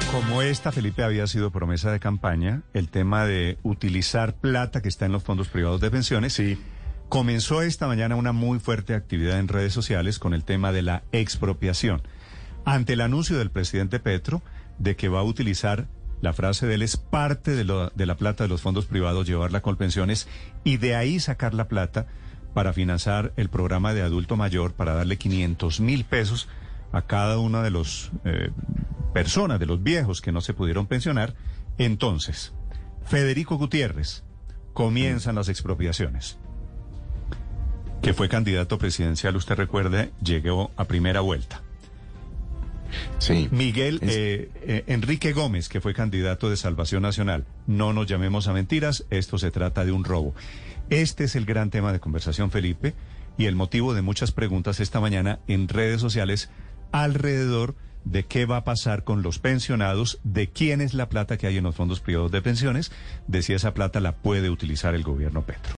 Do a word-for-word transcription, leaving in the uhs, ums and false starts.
Como esta, Felipe, había sido promesa de campaña, el tema de utilizar plata que está en los fondos privados de pensiones, sí, comenzó esta mañana una muy fuerte actividad en redes sociales con el tema de la expropiación. Ante el anuncio del presidente Petro de que va a utilizar, la frase de él es parte de, lo, de la plata de los fondos privados, llevarla con pensiones y de ahí sacar la plata para financiar el programa de adulto mayor, para darle quinientos mil pesos a cada una de los eh, personas, de los viejos que no se pudieron pensionar. Entonces, Federico Gutiérrez, comienzan las expropiaciones. Que fue candidato presidencial, usted recuerde, llegó a primera vuelta. Sí. Miguel, es... eh, eh, Enrique Gómez, que fue candidato de Salvación Nacional. No nos llamemos a mentiras, esto se trata de un robo. Este es el gran tema de conversación, Felipe, y el motivo de muchas preguntas esta mañana en redes sociales alrededor de qué va a pasar con los pensionados, de quién es la plata que hay en los fondos privados de pensiones, de si esa plata la puede utilizar el gobierno Petro.